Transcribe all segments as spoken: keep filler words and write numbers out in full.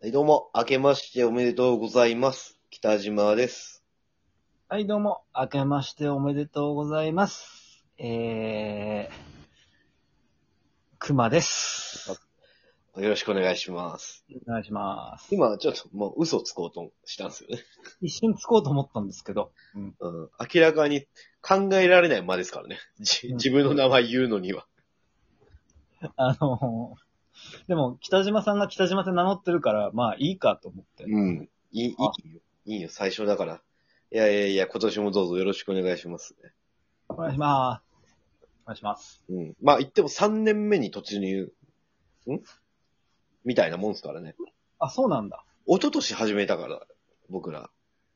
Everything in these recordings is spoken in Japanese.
はい、どうも、明けましておめでとうございます。北島です。 はい、どうも、明けましておめでとうございます。えー、熊です。 よろしくお願いします。 お願いします。 今、ちょっともう嘘つこうとしたんですよね。 一瞬つこうと思ったんですけど、うん。 うん、明らかに考えられない間ですからね。じうん自分の名前言うのには。 あのー、でも、北島さんが北島って名乗ってるから、まあいいかと思って。 うん。いい、いいあよ。いいよ、最初だから。いやいやいや、今年もどうぞよろしくお願いしますね。 お願いします。お願いします。 うん。まあ、言ってもさんねんめに突入、んみたいなもんですからね。 あ、そうなんだ。 一昨年始めたから、僕ら。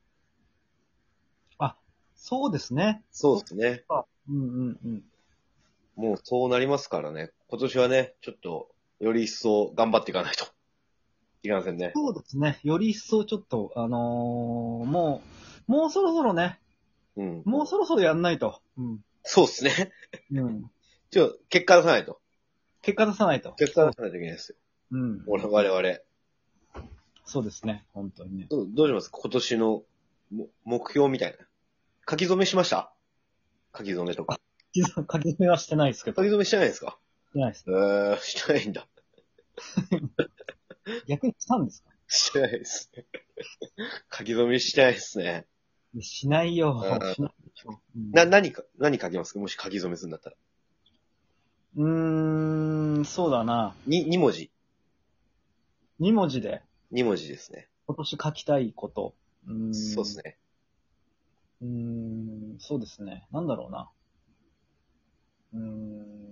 あ、そうですね。 そうですね。 あ、うんうんうん。 もうそうなりますからね。今年はね、ちょっと、より一層頑張っていかないといけませんね。 そうですね。より一層ちょっと、あのー、もう、もうそろそろね、 うん。 もうそろそろやんないと。うん。 そうですね。 うん。 ちょ、結果出さないと。 結果出さないと。 結果出さないといけないですよ。 うん。 俺、我々。 そうですね。本当にね。 どう、どうします今年のも目標みたいな。書き初めしました書き初めとか。 書き書き初めはしてないですけど。し書き初めしてないですかてないです。 えー、してないんだ。 逆にしたんですか？ してないですね。書き初めしてないですね。 しないよ。 うんしないでしょ。うんな、何か、何書きますかもし書き初めするんだったら。 うーん、そうだな。 に、二文字。 二文字で二文字ですね。 今年書きたいこと。うーん。 そうですね。 うーん、そうですね。なんだろうな。うーん。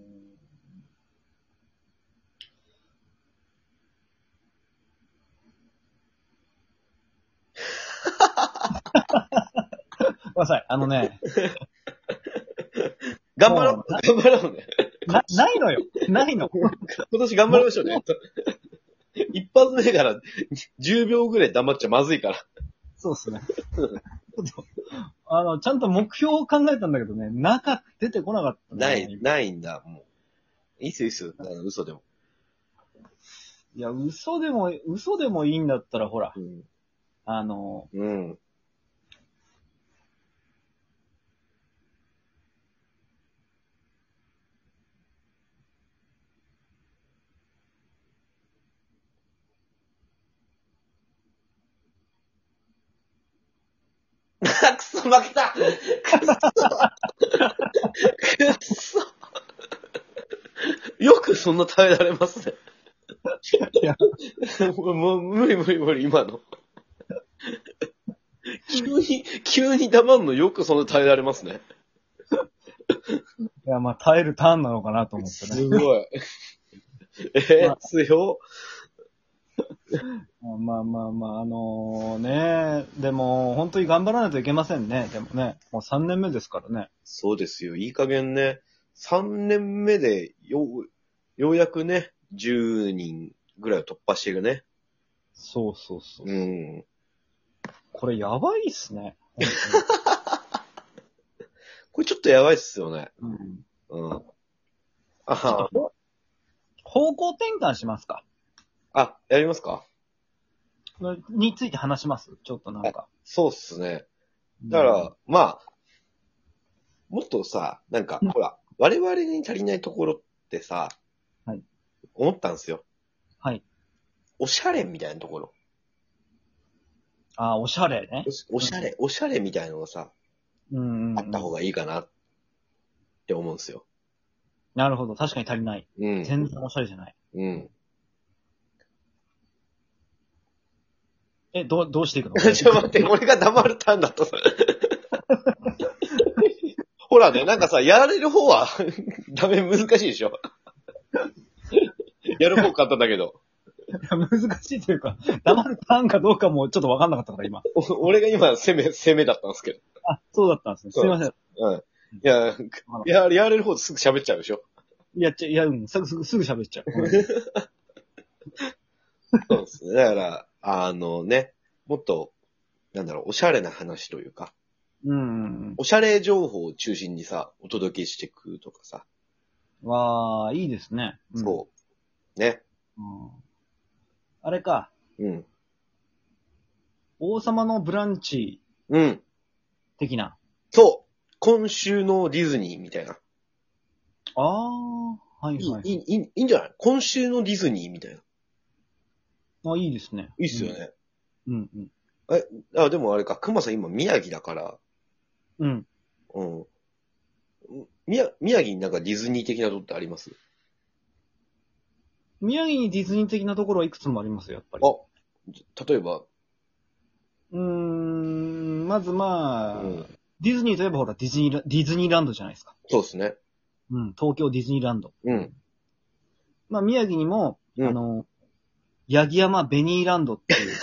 ごめんなさい。あのね。 頑張ろうも頑張ろうね。 うな、ないのよ。ないの。 今年頑張りましょうね。一発目からじゅうびょうぐらい黙っちゃまずいから。 そうですね。ちょっとあの、ちゃんと目標を考えたんだけどね、中、出てこなかったね。 ない、ないんだ、もう。いいっすよ、いいっすよ。あの嘘でも。 いや、嘘でも、嘘でもいいんだったら、ほら、 うん。 あの、 うん。くそ、負けたくっそくっそよくそんな耐えられますね。 いや、 もう、もう無理無理無理、今の。急に、急に黙るのよくそんな耐えられますね。 いや、まあ、耐えるターンなのかなと思ってね。 すごい。えー、強まあまあまあ、あのね、でも、本当に頑張らないといけませんね。でもね、もうさんねんめですからね。 そうですよ。いい加減ね。さんねんめで、よう、ようやくね、じゅうにんぐらいを突破してるね。 そうそうそう。 うん。 これやばいっすね。 これちょっとやばいっすよね。 本当にうん。 うん。あ方向転換しますか？ あ、やりますかについて話しますちょっとなんか。 そうっすね。だから、まあ、もっとさ、なんか、ほら、我々に足りないところってさ、 はい。 思ったんですよ。 はい。 おしゃれみたいなところ。 ああ、おしゃれねお。しおしゃれ、おしゃれみたいなのがさ、 うんうん、うん。 あった方がいいかなって思うんですよ。 なるほど。確かに足りない。 うん。 全然おしゃれじゃない。 うん。 え、どう、どうしていくのちょ、待って、俺が黙るターンだと。ほらね、なんかさ、やられる方は、ダメ、難しいでしょ。やる方簡単だけど。 難しいというか、黙るターンかどうかもちょっとわかんなかったから、今。 お俺が今、攻め、攻めだったんですけど。 あ、そうだったんですね。すいません。 うん。いや、や、やられる方ですぐ喋っちゃうでしょ。 いや、ちゃ、いや、うん、すぐ、すぐ、すぐ喋っちゃう。 そうですね。だから、あのね、もっと、なんだろう、おしゃれな話というか、 うんうんうん。 おしゃれ情報を中心にさ、お届けしていくとかさ、 わあ、いいですね。うん、 そう。ね。 うん。あれか。 うん。 王様のブランチうん。 的な。 そう。今週のディズニーみたいな。 ああ、はいはいいい、いい、いいんじゃない？今週のディズニーみたいな。 あ、いいですね。 いいっすよね。 うんうん。 え、あ、でもあれか、熊さん今宮城だから、 うん。 うん。宮、宮城になんかディズニー的なとこってあります？ 宮城にディズニー的なところはいくつもありますよ、やっぱり。 あ、例えば、 うーん、まずまあ、 うんディズニーといえばほら、ディズニーラ、ディズニーランドじゃないですか。 そうですね。 うん、東京ディズニーランド。 うん。 まあ、宮城にも、 うんあの、八木山ベニーランドっていう、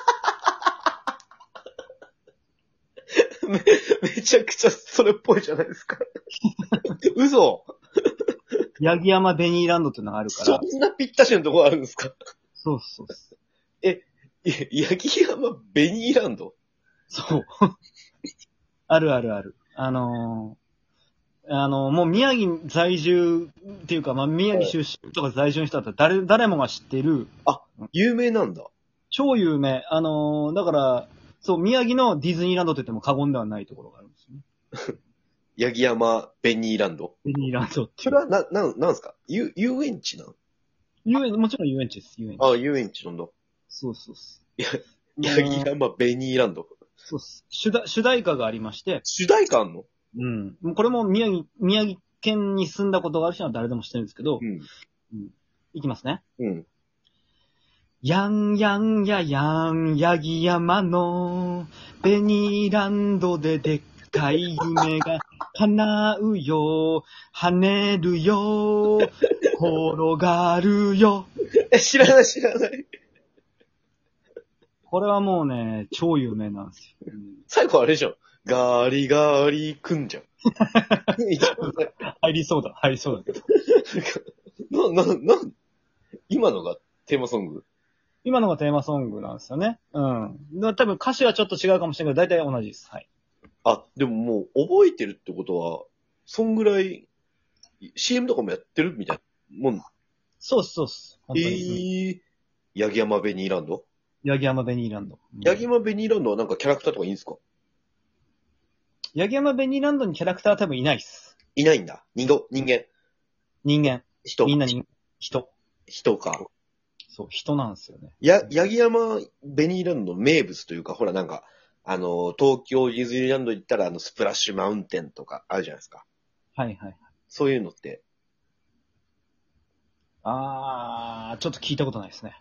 め、めちゃくちゃそれっぽいじゃないですか。嘘八木山ベニーランドっていうのがあるかそら、 んなぴったしのとこあるんですか？ そうそうそう。 い八木山ベニーランド？ そう。あるあるある。あのー、あのー、もう宮城在住っていうか、まあ、宮城出身とか在住の人だったら誰、誰もが知ってる、 有名なんだ。 超有名。あのー、だから、そう、宮城のディズニーランドって言っても過言ではないところがあるんですよね。 八木山ベニーランド。 ベニーランドっていう。 それはな、な、なんすか？遊、遊園地なの？ 遊園、もちろん遊園地です、遊園地。 あ、遊園地なんだ。 そうそうそ八木山ベニーランド。 そうっす。主題、主題歌がありまして、 主題歌あんの？ うん。もうこれも宮城、宮城県に住んだことがある人は誰でも知ってるんですけど、 うん。 いきますね。 うん。 やんやんややん、八木山のベニーランドででっかい夢が叶うよ、跳ねるよ、転がるよ。 え、知らない知らない。 これはもうね、超有名なんですよ。うん最後あれじゃん。ガリガリくんじゃん。 入りそうだ、入りそうだけど。 な、な、な、今のがテーマソング？ 今のがテーマソングなんですよね。うん。だから多分歌詞はちょっと違うかもしれないけど、大体同じです。はい。 あ、でももう覚えてるってことは、そんぐらい シーエム とかもやってるみたいなもん。 そうっす、そうっす。本当えに。 ー、八木山ベニーランド？ 八木山ベニーランド。うん八木山ベニーランドはなんかキャラクターとかいいんですか？ 八木山ベニーランドにキャラクターは多分いないっす。 いないんだ。人間、人間。 人間。 人。 みんなに、人。 人か。 そう、人なんですよね。 や、八木山ベニーランドの名物というか、ほらなんか、あの、東京ディズニーランド行ったらあのスプラッシュマウンテンとかあるじゃないですか。 はいはい。 そういうのって。 あー、ちょっと聞いたことないですね。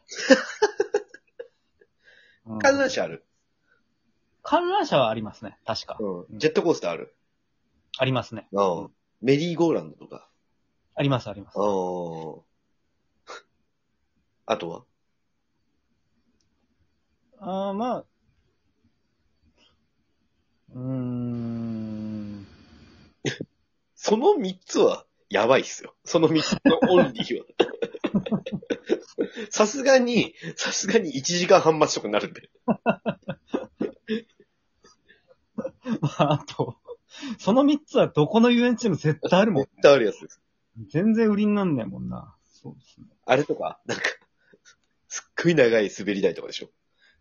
うん観覧車ある？ 観覧車はありますね。確か。 うん。ジェットコースターある？ ありますね。 うん。メリーゴーランドとか。 ありますあります。 あー。あとは？ あー、まあ、うーん。 その三つは、やばいっすよ。その三つのオンリーは。さすがに、さすがにいちじかんはん待ちとかになるんで。 まあ、あと、そのみっつはどこの遊園地でも絶対あるもん。 絶対あるやつです。 全然売りになんないもんな。そうですね。 あれとか、なんか、すっごい長い滑り台とかでしょ。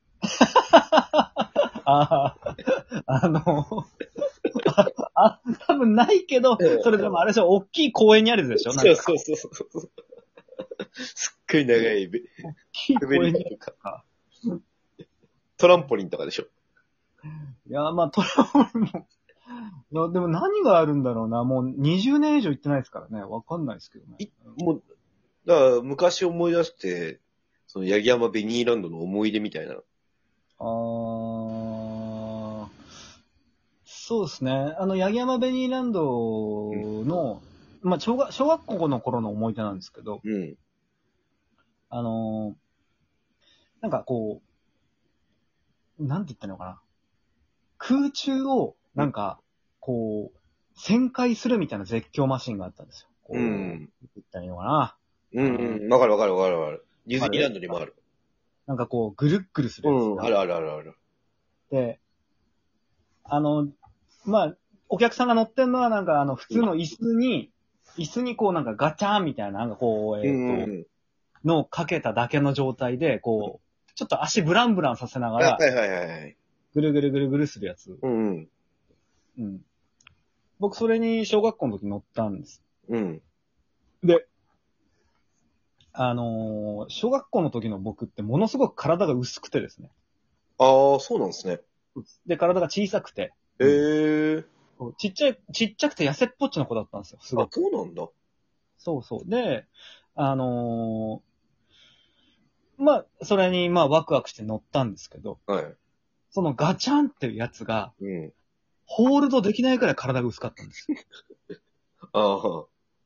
ああ、あの、あ、あ、多分ないけど、 うんそれでもあれでしょ、大きい公園にあるでしょなんかそうそうそうそう。すっごい長いべ大きい公園にあるとか。 か。 トランポリンとかでしょ。 いや、まあ、トラブルも、いや、でも何があるんだろうな。もうにじゅうねん以上行ってないですからね。わかんないですけどね。 いもう、だから昔思い出して、その八木山ベニーランドの思い出みたいな。 あー、そうですね。あの、八木山ベニーランドの、まあ、小学、小学校の頃の思い出なんですけど、 うん。 あのーなんかこう、なんて言ったのかな。空中を、なんか、こう、旋回するみたいな絶叫マシンがあったんですよ。こう、 うんなんて言ったらいいのかな。 うんうん。わかるわかるわかるわかる。ディズニーランドにもある。 なんかこう、ぐるっぐるするやつ。 うん。あるあるあるある。 で、あの、まあ、お客さんが乗ってんのはなんかあの、普通の椅子に、椅子にこうなんかガチャンみたいな、なんかこう、えっ、 うんと、 うんのをかけただけの状態で、こう、 ちょっと足ブランブランさせながらは、いはいはいはい。 ぐるぐるぐるぐるするやつ。 うんうん。 うん。僕、それに小学校の時乗ったんです。 うん。 で、あのー小学校の時の僕ってものすごく体が薄くてですね。 ああ、そうなんですね。 で、体が小さくて。 へえ。 ちっちゃい、ちっちゃくて痩せっぽっちの子だったんですよ。すごあ、 く。 そうなんだ。 そうそう。で、あのーまあ、それに、まあ、ワクワクして乗ったんですけど、 はい。 そのガチャンっていうやつが、 うん。 ホールドできないくらい体が薄かったんですよ。 ああ、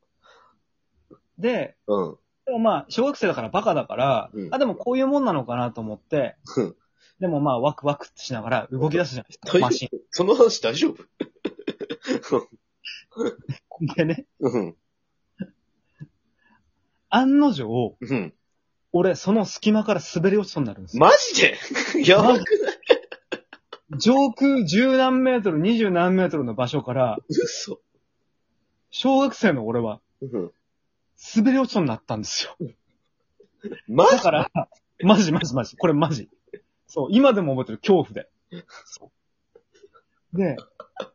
で、 うん。 でもまあ、小学生だからバカだから、 うんあ、でもこういうもんなのかなと思って、 うんでもまあ、ワクワクしながら動き出すじゃないですか、 大丈夫マシン。 その話大丈夫でね、 うん。 案の定、 うん。 俺、その隙間から滑り落ちそうになるんですよ。 マジでやばくない上空十何メートル、二十何メートルの場所から、 嘘。 小学生の俺はうん。 滑り落ちそうになったんですよ。 マジだから、マジマジマジ、これマジ。そう、今でも覚えてる、恐怖で。そうで、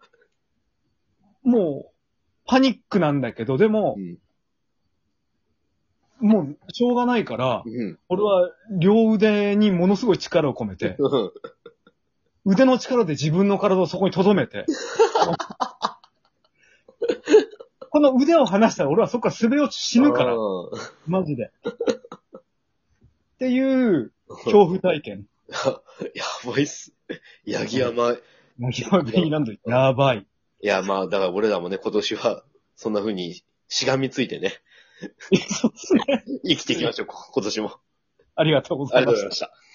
もう、パニックなんだけど、でもう、ん。 もう、しょうがないから、 うん。 俺は両腕にものすごい力を込めて、 うん。 腕の力で自分の体をそこに留めて、この腕を離したら俺はそこから滑り落ち死ぬから、マジで。っていう恐怖体験。 やばいっす。ヤギ山。 やばい、なんだ、やばい。 いや、まあ、だから俺らもね、今年は、そんな風にしがみついてね、 そうですね。 生きていきましょう、こ今年も。 ありがとうございましたありがとうございま。した。